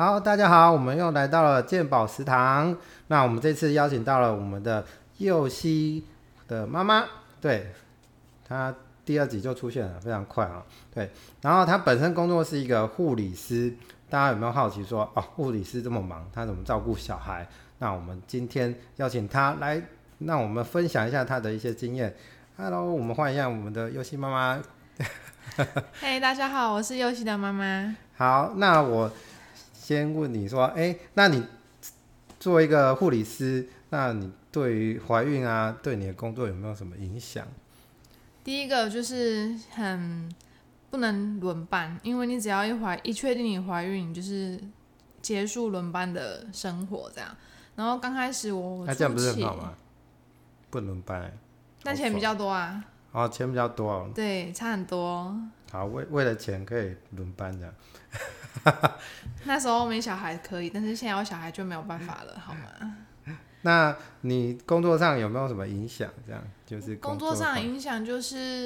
好，大家好，我们又来到了健保食堂。那我们这次邀请到了我们的佑希的妈妈，对，她第二集就出现了，非常快啊。对，然后她本身工作是一个护理师，大家有没有好奇说，哦，护理师这么忙，她怎么照顾小孩？那我们今天邀请她来，让我们分享一下她的一些经验。Hello， 我们欢迎一下我们的佑希妈妈。 嘿，大家好，我是佑希的妈妈。 好，那我先问你说，那你作为一个护理师，那你对于怀孕啊，对你的工作有没有什么影响？ 第一个就是不能轮班，因为你只要一确定你怀孕，你就是结束轮班的生活这样。然后刚开始我那这样不是很好吗？不轮班， 但钱比较多啊。 哦，钱比较多哦。 对，差很多。 好，为了钱可以轮班这样。 那时候没小孩可以，但是现在有小孩就没有办法了，好吗？ 那你工作上有没有什么影响？这样就是工作上的影响就是，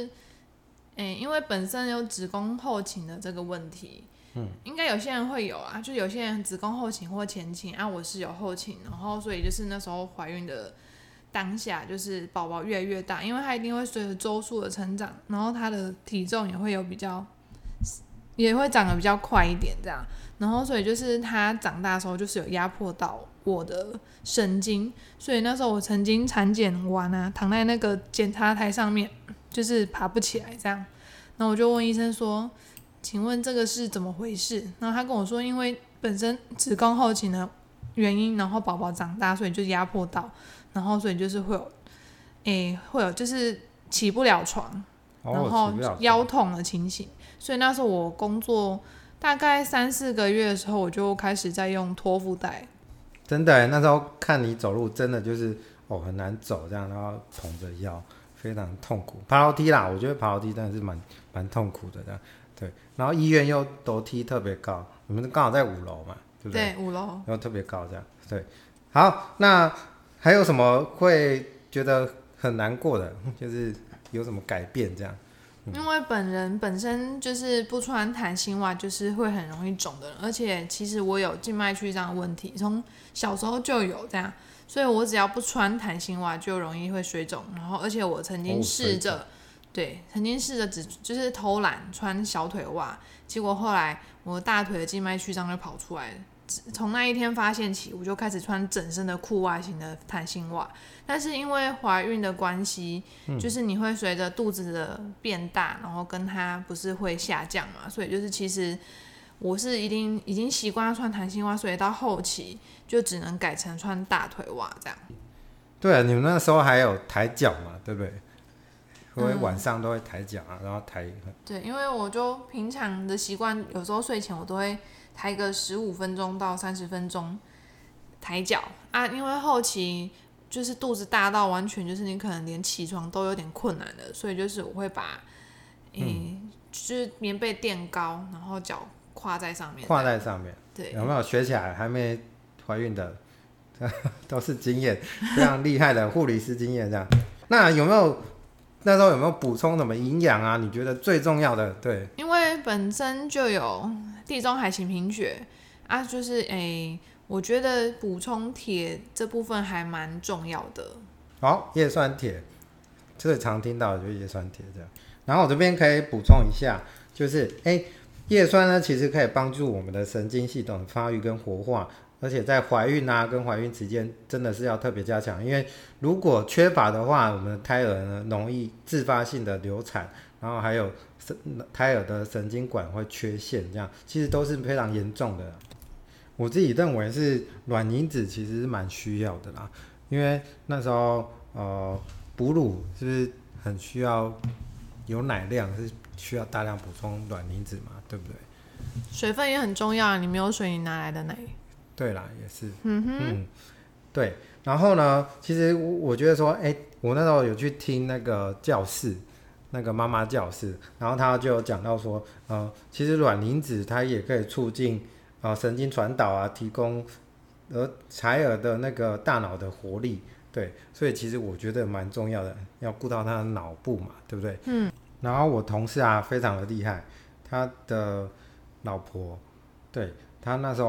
因为本身有子宫后倾的这个问题，应该有些人会有啊，就有些人子宫后倾或前倾啊，我是有后倾，然后所以就是那时候怀孕的当下，就是宝宝越来越大，因为他一定会随着周数的成长，然后他的体重也会长得比较快一点这样，然后所以就是他长大的时候就是有压迫到我的神经，所以那时候我曾经产检完啊，躺在那个检查台上面，就是爬不起来这样，然后我就问医生说，请问这个是怎么回事？然后他跟我说，因为本身子宫后倾的原因，然后宝宝长大，所以就压迫到，然后所以就是会有就是起不了床，然后腰痛的情形。所以那时候我工作大概3-4个月的时候，我就开始在用托腹带。 真的耶，那时候看你走路真的就是很难走这样，然后捧着腰，非常痛苦。爬楼梯啦，我觉得爬楼梯真的是蛮痛苦的这样。对，然后医院又楼梯特别高，你们刚好在5楼嘛，对不对？ 对，5楼。 然后特别高这样。对，好，那还有什么会觉得很难过的？就是有什么改变这样？ 因为本身就是不穿弹性袜，就是会很容易肿的人，而且其实我有静脉曲张的问题，从小时候就有这样，所以我只要不穿弹性袜就容易会水肿，然后而且我曾经试着就是偷懒穿小腿袜，结果后来我大腿的静脉曲张就跑出来了。从那一天发现起，我就开始穿整身的裤袜型的弹性袜。但是因为怀孕的关系，就是你会随着肚子的变大，然后跟它不是会下降嘛，所以就是其实我是已经习惯穿弹性袜，所以到后期就只能改成穿大腿袜这样。 对啊，你们那时候还有抬脚嘛，对不对？会晚上都会抬脚啊，然后抬。 对，因为我就平常的习惯，有时候睡前我都会抬个15分钟到30分钟抬脚啊，因为后期就是肚子大到完全就是你可能连起床都有点困难的，所以就是我会把就是棉被垫高，然后脚跨在上面。对， 有没有学起来？还没怀孕的都是经验，非常厉害的护理师经验这样。那那时候有没有补充什么营养啊？你觉得最重要的？对， 因为本身就有地中海型贫血啊，就是我觉得补充铁这部分还蛮重要的。 好，叶酸铁，最常听到的就是叶酸铁这样。然后我这边可以补充一下，就是叶酸呢，其实可以帮助我们的神经系统的发育跟活化，而且在怀孕啊跟怀孕期间真的是要特别加强，因为如果缺乏的话，我们的胎儿呢容易自发性的流产，然后还有胎儿的神经管会缺陷，这样其实都是非常严重的。我自己认为是卵磷脂其实是蛮需要的啦，因为那时候哺乳是不是很需要有奶量，是需要大量补充卵磷脂嘛，对不对？ 水分也很重要，你没有水你哪来的奶？ 对啦，也是。对。然后呢，其实我觉得说，我那时候有去听那个教室，那个妈妈教室，然后他就有讲到说，其实卵磷脂它也可以促进神经传导啊，提供胎儿的那个大脑的活力。对，所以其实我觉得蛮重要的，要顾到他的脑部嘛，对不对？然后我同事啊，非常的厉害，他的老婆，对，他那时候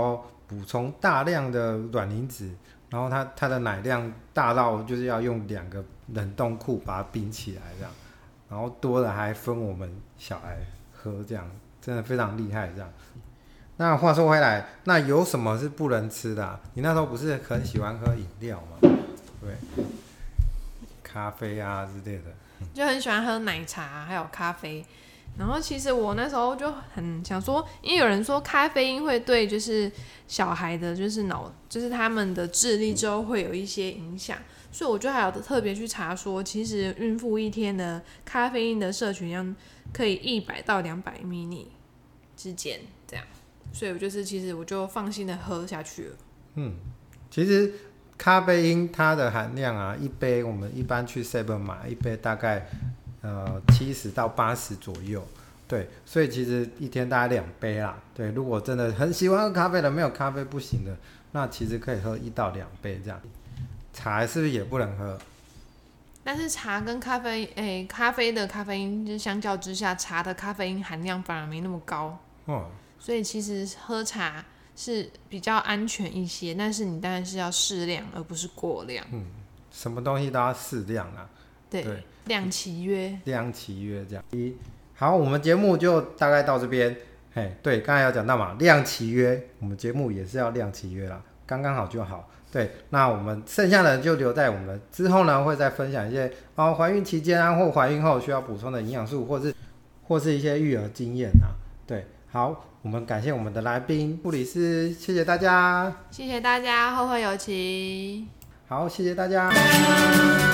补充大量的卵磷脂，然后它的奶量大到就是要用2个冷冻库把它冰起来这样，然后多了还分我们小孩喝，这样真的非常厉害这样。那话说回来，那有什么是不能吃的啊？你那时候不是很喜欢喝饮料吗？对，咖啡啊之类的， 就很喜欢喝奶茶还有咖啡。然后其实我那时候就很想说，因为有人说咖啡因会对就是小孩的就是他们的智力之后会有一些影响，所以我就还有特别去查说，其实孕妇一天的咖啡因的摄取量可以100到200 ml 之间这样，所以其实我就放心的喝下去了。 其实咖啡因它的含量啊，一杯我们一般去 Seven 买一杯大概70到80左右，对，所以其实一天大概2杯啦。对，如果真的很喜欢喝咖啡的，没有咖啡不行的，那其实可以喝1到2杯这样。茶是不是也不能喝？ 但是茶跟咖啡，咖啡的咖啡因就是相较之下，茶的咖啡因含量反而没那么高。所以其实喝茶是比较安全一些，但是你当然是要适量，而不是过量。 什么东西都要适量啊。 对，量其约这样。好，我们节目就大概到这边。对，刚才有讲到嘛，量其约，我们节目也是要量其约啦，刚刚好就好。对，那我们剩下的就留在我们之后呢，会再分享一些怀孕期间啊，或怀孕后需要补充的营养素，或是一些育儿经验啊。对，好，我们感谢我们的来宾护理师，谢谢大家， 谢谢大家，后会有期。 好，谢谢大家。